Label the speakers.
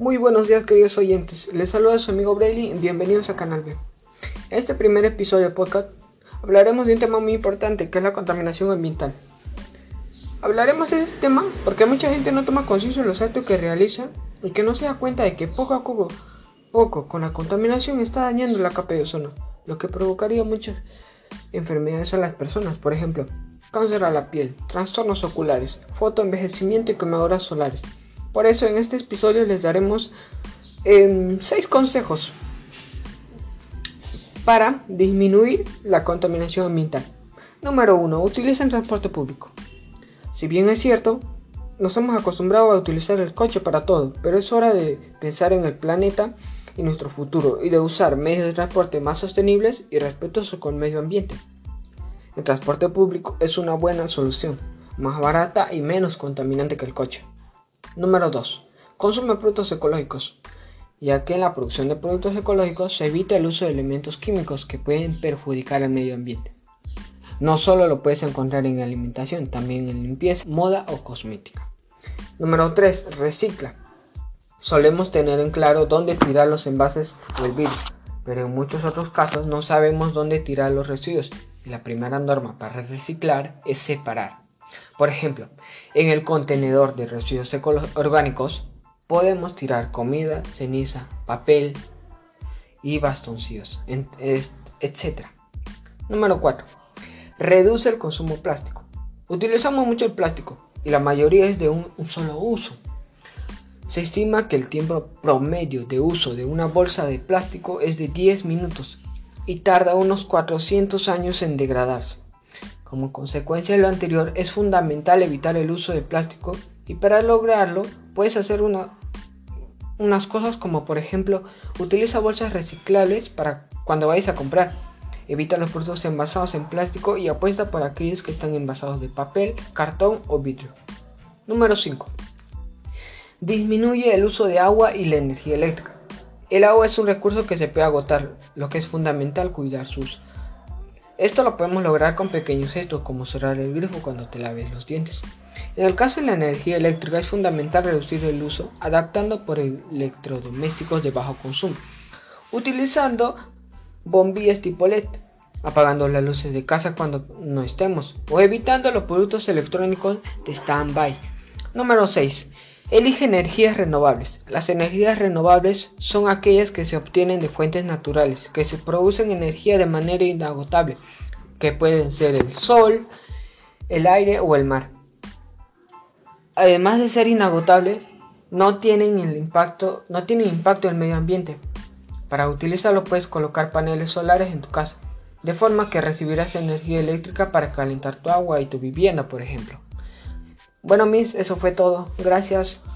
Speaker 1: Muy buenos días, queridos oyentes, les saluda su amigo Brayley y bienvenidos a Canal B. En este primer episodio de podcast hablaremos de un tema muy importante que es la contaminación ambiental. Hablaremos de este tema porque mucha gente no toma conciencia de los actos que realiza y que no se da cuenta de que poco a poco con la contaminación está dañando la capa de ozono, lo que provocaría muchas enfermedades a las personas, por ejemplo, cáncer a la piel, trastornos oculares, fotoenvejecimiento y quemaduras solares. Por eso en este episodio les daremos 6 consejos para disminuir la contaminación ambiental. Número 1. Utilicen transporte público. Si bien es cierto, nos hemos acostumbrado a utilizar el coche para todo, pero es hora de pensar en el planeta y nuestro futuro y de usar medios de transporte más sostenibles y respetuosos con el medio ambiente. El transporte público es una buena solución, más barata y menos contaminante que el coche. Número 2. Consume productos ecológicos, ya que en la producción de productos ecológicos se evita el uso de elementos químicos que pueden perjudicar al medio ambiente. No solo lo puedes encontrar en alimentación, también en limpieza, moda o cosmética. Número 3. Recicla. Solemos tener en claro dónde tirar los envases o el vidrio, pero en muchos otros casos no sabemos dónde tirar los residuos. Y la primera norma para reciclar es separar. Por ejemplo, en el contenedor de residuos orgánicos podemos tirar comida, ceniza, papel y bastoncillos, etc. Número 4. Reduce el consumo plástico. Utilizamos mucho el plástico y la mayoría es de un solo uso. Se estima que el tiempo promedio de uso de una bolsa de plástico es de 10 minutos y tarda unos 400 años en degradarse. Como consecuencia de lo anterior, es fundamental evitar el uso de plástico y para lograrlo puedes hacer unas cosas como por ejemplo, utiliza bolsas reciclables para cuando vayas a comprar. Evita los productos envasados en plástico y apuesta por aquellos que están envasados de papel, cartón o vidrio. Número 5. Disminuye el uso de agua y la energía eléctrica. El agua es un recurso que se puede agotar, lo que es fundamental cuidar su uso. Esto lo podemos lograr con pequeños gestos como cerrar el grifo cuando te laves los dientes. En el caso de la energía eléctrica es fundamental reducir el uso adaptando por electrodomésticos de bajo consumo, utilizando bombillas tipo LED, apagando las luces de casa cuando no estemos o evitando los productos electrónicos de stand-by. Número 6. Elige energías renovables. Las energías renovables son aquellas que se obtienen de fuentes naturales, que se producen energía de manera inagotable, que pueden ser el sol, el aire o el mar. Además de ser inagotables, no tienen impacto en el medio ambiente. Para utilizarlo puedes colocar paneles solares en tu casa, de forma que recibirás energía eléctrica para calentar tu agua y tu vivienda, por ejemplo. Bueno, eso fue todo. Gracias.